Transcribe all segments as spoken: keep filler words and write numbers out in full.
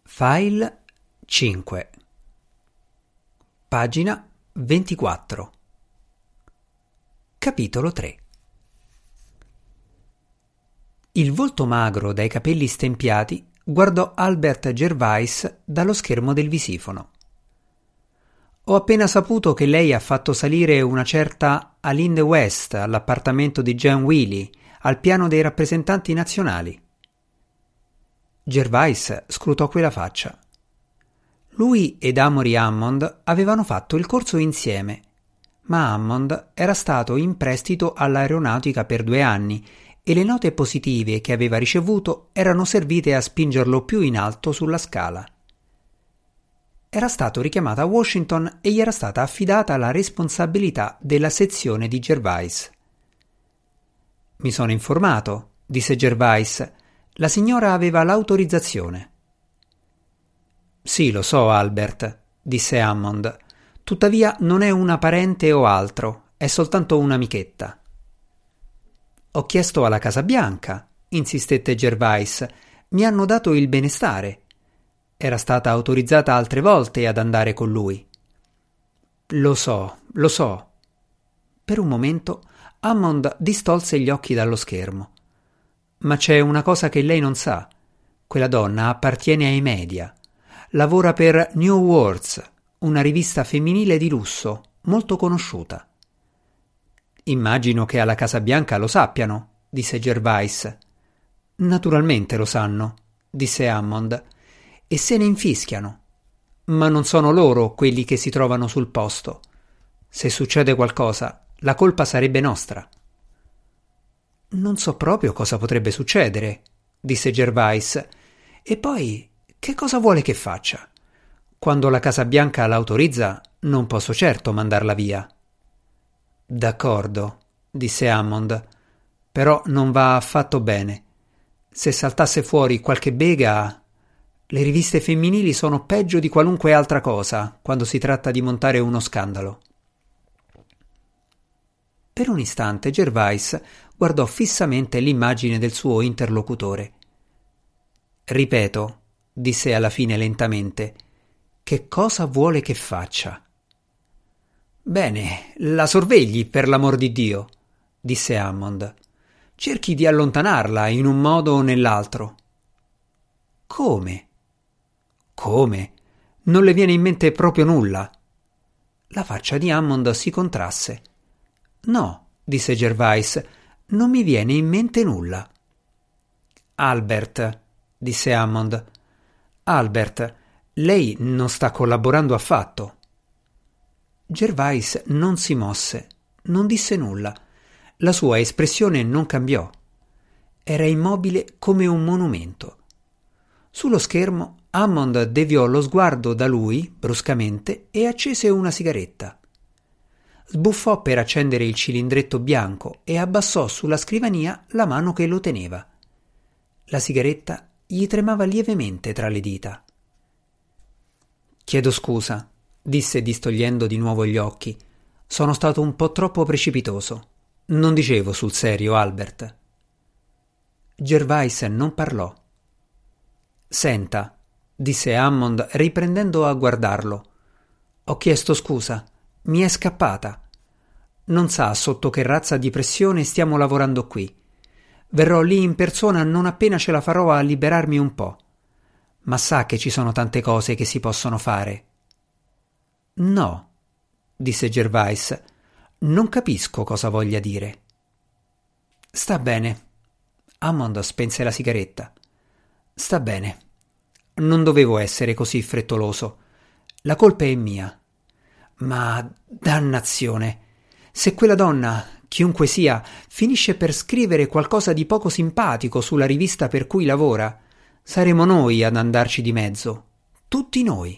File cinque. Pagina ventiquattro. Capitolo tre. Il volto magro dai capelli stempiati guardò Albert Gervais dallo schermo del visifono. Ho appena saputo che lei ha fatto salire una certa Aline West all'appartamento di Jean Willy, al piano dei rappresentanti nazionali. Gervais scrutò quella faccia. Lui ed Amory Hammond avevano fatto il corso insieme, ma Hammond era stato in prestito all'aeronautica per due anni e le note positive che aveva ricevuto erano servite a spingerlo più in alto sulla scala. Era stato richiamato a Washington e gli era stata affidata la responsabilità della sezione di Gervais. Mi sono informato, disse Gervais. La signora aveva l'autorizzazione. Sì, lo so, Albert, disse Hammond. Tuttavia non è una parente o altro, è soltanto un'amichetta. Ho chiesto alla Casa Bianca, insistette Gervais. Mi hanno dato il benestare. Era stata autorizzata altre volte ad andare con lui. Lo so, lo so. Per un momento Hammond distolse gli occhi dallo schermo. Ma c'è una cosa che lei non sa. Quella donna appartiene ai media. Lavora per New Words, una rivista femminile di lusso, molto conosciuta. Immagino che alla Casa Bianca lo sappiano, disse Gervais. Naturalmente lo sanno, disse Hammond, e se ne infischiano. Ma non sono loro quelli che si trovano sul posto. Se succede qualcosa, la colpa sarebbe nostra. Non so proprio cosa potrebbe succedere, disse Gervais. E poi, che cosa vuole che faccia? Quando la Casa Bianca l'autorizza, non posso certo mandarla via. D'accordo, disse Hammond, però non va affatto bene. Se saltasse fuori qualche bega... Le riviste femminili sono peggio di qualunque altra cosa quando si tratta di montare uno scandalo. Per un istante Gervais guardò fissamente l'immagine del suo interlocutore. Ripeto, disse alla fine lentamente, che cosa vuole che faccia? Bene, la sorvegli, per l'amor di Dio, disse Hammond. Cerchi di allontanarla in un modo o nell'altro. Come? Come? Non le viene in mente proprio nulla? La faccia di Hammond si contrasse. No, disse Gervais, non mi viene in mente nulla. Albert, disse Hammond. Albert, lei non sta collaborando affatto. Gervais non si mosse, non disse nulla. La sua espressione non cambiò. Era immobile come un monumento. Sullo schermo Hammond deviò lo sguardo da lui bruscamente e accese una sigaretta. Sbuffò per accendere il cilindretto bianco e abbassò sulla scrivania la mano che lo teneva. La sigaretta gli tremava lievemente tra le dita. Chiedo scusa, disse distogliendo di nuovo gli occhi. Sono stato un po' troppo precipitoso. Non dicevo sul serio, Albert. Gervais non parlò. Senta, disse Hammond riprendendo a guardarlo. Ho chiesto scusa. Mi è scappata. Non sa sotto che razza di pressione stiamo lavorando qui. Verrò lì in persona non appena ce la farò a liberarmi un po'. Ma sa che ci sono tante cose che si possono fare. No, disse Gervais. Non capisco cosa voglia dire. Sta bene. Hammond spense la sigaretta. Sta bene. Non dovevo essere così frettoloso. La colpa è mia. Ma dannazione! Se quella donna, chiunque sia, finisce per scrivere qualcosa di poco simpatico sulla rivista per cui lavora, saremo noi ad andarci di mezzo. Tutti noi.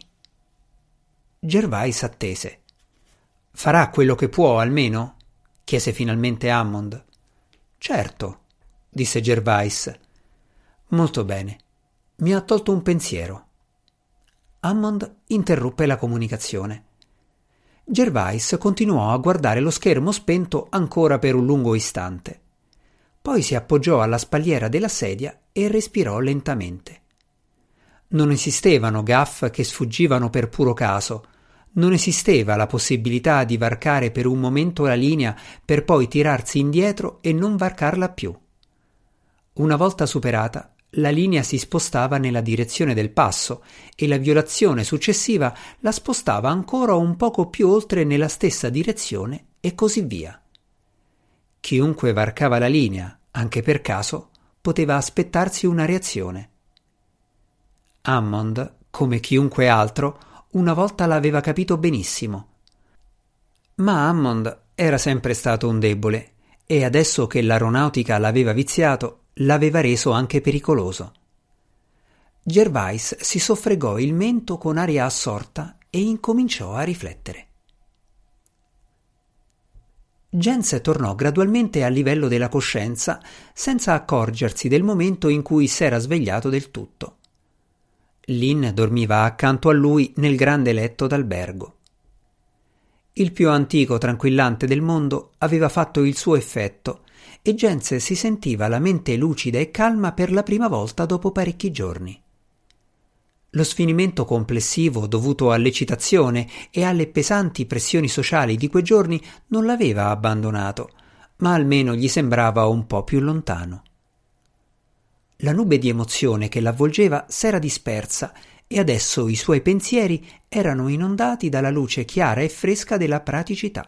Gervais attese. Farà quello che può, almeno? Chiese finalmente Hammond. Certo, disse Gervais. Molto bene. Mi ha tolto un pensiero. Hammond interruppe la comunicazione. Gervais continuò a guardare lo schermo spento ancora per un lungo istante. Poi si appoggiò alla spalliera della sedia e respirò lentamente. Non esistevano gaff che sfuggivano per puro caso. Non esisteva la possibilità di varcare per un momento la linea per poi tirarsi indietro e non varcarla più. Una volta superata, la linea si spostava nella direzione del passo e la violazione successiva la spostava ancora un poco più oltre nella stessa direzione e così via. Chiunque varcava la linea, anche per caso, poteva aspettarsi una reazione. Hammond, come chiunque altro, una volta l'aveva capito benissimo. Ma Hammond era sempre stato un debole e adesso che l'aeronautica l'aveva viziato, l'aveva reso anche pericoloso. Gervais si soffregò il mento con aria assorta e incominciò a riflettere. Jens tornò gradualmente al livello della coscienza senza accorgersi del momento in cui s'era svegliato del tutto. Lynn dormiva accanto a lui nel grande letto d'albergo. Il più antico tranquillante del mondo aveva fatto il suo effetto e Jens si sentiva la mente lucida e calma per la prima volta dopo parecchi giorni. Lo sfinimento complessivo dovuto all'eccitazione e alle pesanti pressioni sociali di quei giorni non l'aveva abbandonato, ma almeno gli sembrava un po' più lontano. La nube di emozione che l'avvolgeva s'era dispersa e adesso i suoi pensieri erano inondati dalla luce chiara e fresca della praticità.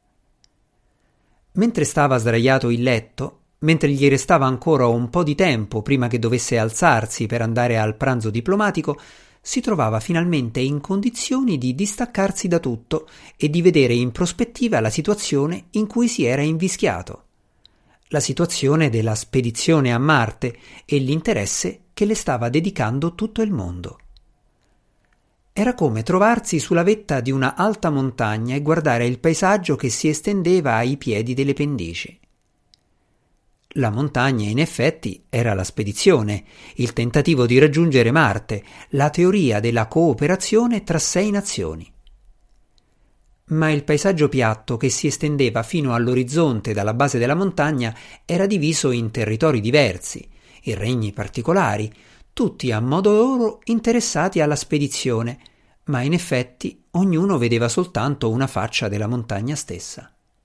Mentre stava sdraiato in letto, mentre gli restava ancora un po' di tempo prima che dovesse alzarsi per andare al pranzo diplomatico, si trovava finalmente in condizioni di distaccarsi da tutto e di vedere in prospettiva la situazione in cui si era invischiato. La situazione della spedizione a Marte e l'interesse che le stava dedicando tutto il mondo. Era come trovarsi sulla vetta di una alta montagna e guardare il paesaggio che si estendeva ai piedi delle pendici. La montagna, in effetti, era la spedizione, il tentativo di raggiungere Marte, la teoria della cooperazione tra sei nazioni. Ma il paesaggio piatto che si estendeva fino all'orizzonte dalla base della montagna era diviso in territori diversi, in regni particolari, tutti a modo loro interessati alla spedizione, ma in effetti ognuno vedeva soltanto una faccia della montagna stessa.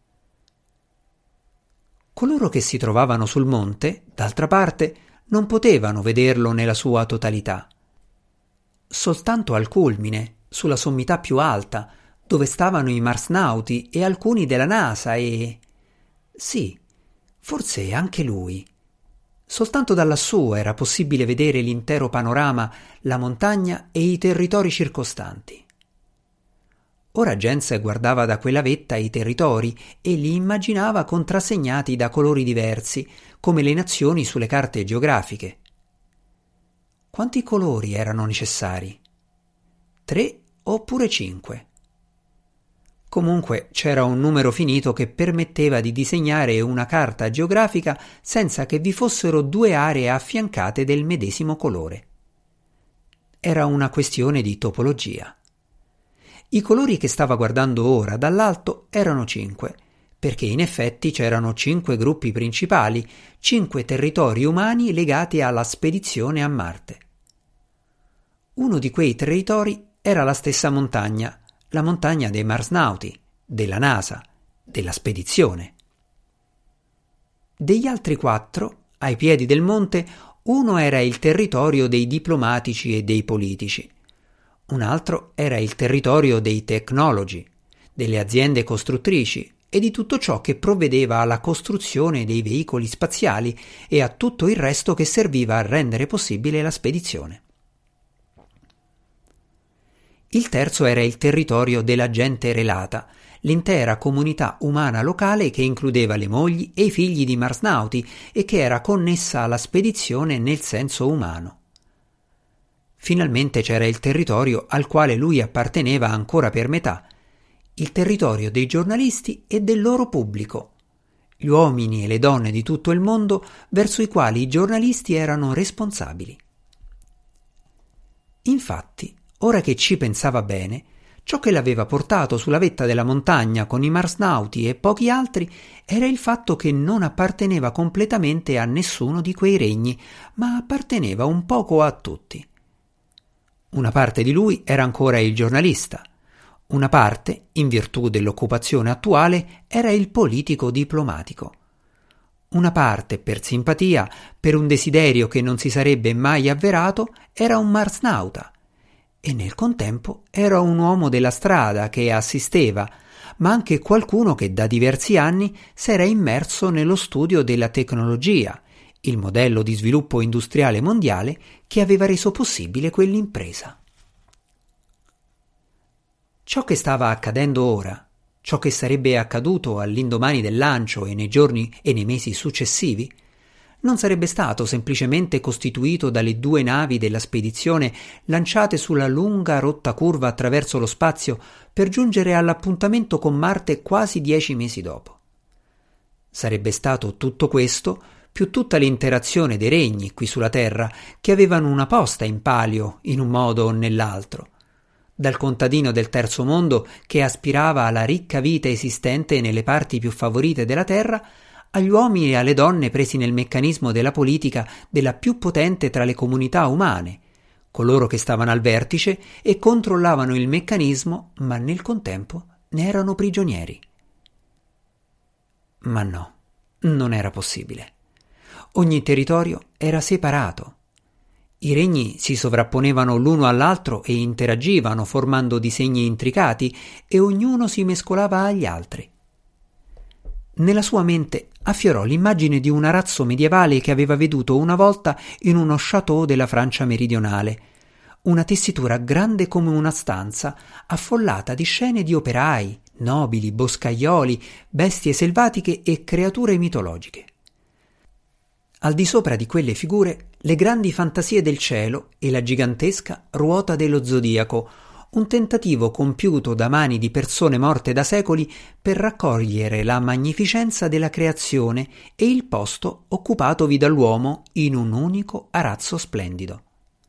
Coloro che si trovavano sul monte, d'altra parte, non potevano vederlo nella sua totalità. Soltanto al culmine, sulla sommità più alta, dove stavano i marsnauti e alcuni della NASA e... sì, forse anche lui. Soltanto da lassù era possibile vedere l'intero panorama, la montagna e i territori circostanti. Ora Jens guardava da quella vetta i territori e li immaginava contrassegnati da colori diversi, come le nazioni sulle carte geografiche. Quanti colori erano necessari? Tre oppure cinque? Comunque c'era un numero finito che permetteva di disegnare una carta geografica senza che vi fossero due aree affiancate del medesimo colore. Era una questione di topologia. I colori che stava guardando ora dall'alto erano cinque, perché in effetti c'erano cinque gruppi principali, cinque territori umani legati alla spedizione a Marte. Uno di quei territori era la stessa montagna, la montagna dei marsnauti, della NASA, della spedizione. Degli altri quattro, ai piedi del monte, uno era il territorio dei diplomatici e dei politici. Un altro era il territorio dei technologi, delle aziende costruttrici e di tutto ciò che provvedeva alla costruzione dei veicoli spaziali e a tutto il resto che serviva a rendere possibile la spedizione. Il terzo era il territorio della gente relata, l'intera comunità umana locale che includeva le mogli e i figli di marsnauti e che era connessa alla spedizione nel senso umano. Finalmente c'era il territorio al quale lui apparteneva ancora per metà, il territorio dei giornalisti e del loro pubblico, gli uomini e le donne di tutto il mondo verso i quali i giornalisti erano responsabili. Infatti, ora che ci pensava bene, ciò che l'aveva portato sulla vetta della montagna con i marsnauti e pochi altri era il fatto che non apparteneva completamente a nessuno di quei regni, ma apparteneva un poco a tutti. Una parte di lui era ancora il giornalista, una parte, in virtù dell'occupazione attuale, era il politico diplomatico. Una parte, per simpatia, per un desiderio che non si sarebbe mai avverato, era un marsnauta, e nel contempo era un uomo della strada che assisteva, ma anche qualcuno che da diversi anni s'era immerso nello studio della tecnologia, il modello di sviluppo industriale mondiale che aveva reso possibile quell'impresa. Ciò che stava accadendo ora, ciò che sarebbe accaduto all'indomani del lancio e nei giorni e nei mesi successivi, non sarebbe stato semplicemente costituito dalle due navi della spedizione lanciate sulla lunga rotta curva attraverso lo spazio per giungere all'appuntamento con Marte quasi dieci mesi dopo. Sarebbe stato tutto questo più tutta l'interazione dei regni qui sulla Terra che avevano una posta in palio in un modo o nell'altro. Dal contadino del terzo mondo che aspirava alla ricca vita esistente nelle parti più favorite della terra, agli uomini e alle donne presi nel meccanismo della politica della più potente tra le comunità umane, coloro che stavano al vertice e controllavano il meccanismo, ma nel contempo ne erano prigionieri. Ma no, non era possibile. Ogni territorio era separato. I regni si sovrapponevano l'uno all'altro e interagivano formando disegni intricati e ognuno si mescolava agli altri. Nella sua mente affiorò l'immagine di un arazzo medievale che aveva veduto una volta in uno château della Francia meridionale, una tessitura grande come una stanza, affollata di scene di operai, nobili, boscaioli, bestie selvatiche e creature mitologiche. Al di sopra di quelle figure le grandi fantasie del cielo e la gigantesca ruota dello zodiaco, un tentativo compiuto da mani di persone morte da secoli per raccogliere la magnificenza della creazione e il posto occupatovi dall'uomo in un unico arazzo splendido.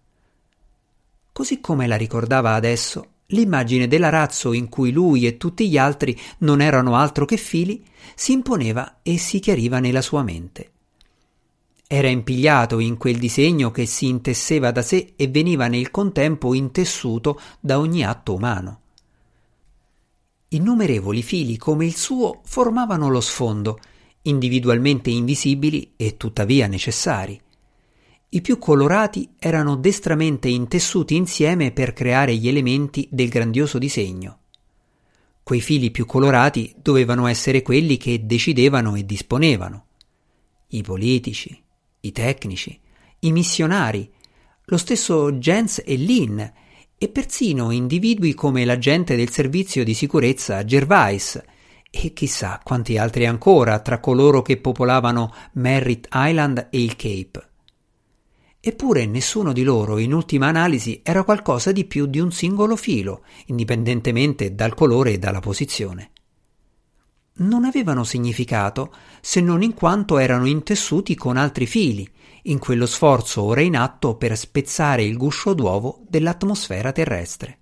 Così come la ricordava adesso, l'immagine dell'arazzo in cui lui e tutti gli altri non erano altro che fili si imponeva e si chiariva nella sua mente. Era impigliato in quel disegno che si intesseva da sé e veniva nel contempo intessuto da ogni atto umano. Innumerevoli fili come il suo formavano lo sfondo, individualmente invisibili e tuttavia necessari. I più colorati erano destramente intessuti insieme per creare gli elementi del grandioso disegno. Quei fili più colorati dovevano essere quelli che decidevano e disponevano. I politici, i tecnici, i missionari, lo stesso Jens e Lynn e persino individui come l'agente del servizio di sicurezza Gervais e chissà quanti altri ancora tra coloro che popolavano Merritt Island e il Cape. Eppure nessuno di loro in ultima analisi era qualcosa di più di un singolo filo, indipendentemente dal colore e dalla posizione. Non avevano significato se non in quanto erano intessuti con altri fili, in quello sforzo ora in atto per spezzare il guscio d'uovo dell'atmosfera terrestre.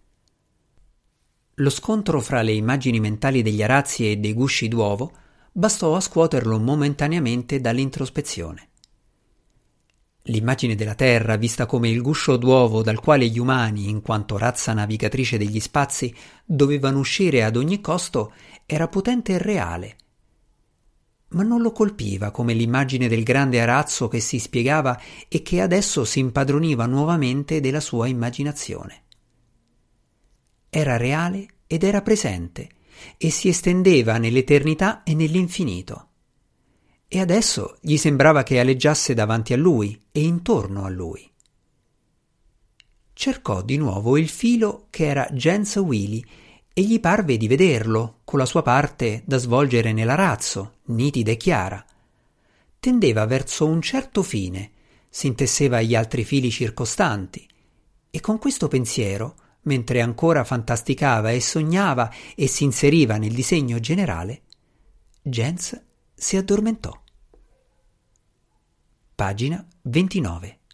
Lo scontro fra le immagini mentali degli arazzi e dei gusci d'uovo bastò a scuoterlo momentaneamente dall'introspezione. L'immagine della Terra, vista come il guscio d'uovo dal quale gli umani, in quanto razza navigatrice degli spazi, dovevano uscire ad ogni costo, era potente e reale. Ma non lo colpiva come l'immagine del grande arazzo che si spiegava e che adesso si impadroniva nuovamente della sua immaginazione. Era reale ed era presente, e si estendeva nell'eternità e nell'infinito. E adesso gli sembrava che aleggiasse davanti a lui e intorno a lui. Cercò di nuovo il filo che era Jens Willy e gli parve di vederlo, con la sua parte da svolgere nell'arazzo, nitida e chiara. Tendeva verso un certo fine, si intesseva agli altri fili circostanti, e con questo pensiero, mentre ancora fantasticava e sognava e si inseriva nel disegno generale, Jens si addormentò. Pagina ventinove.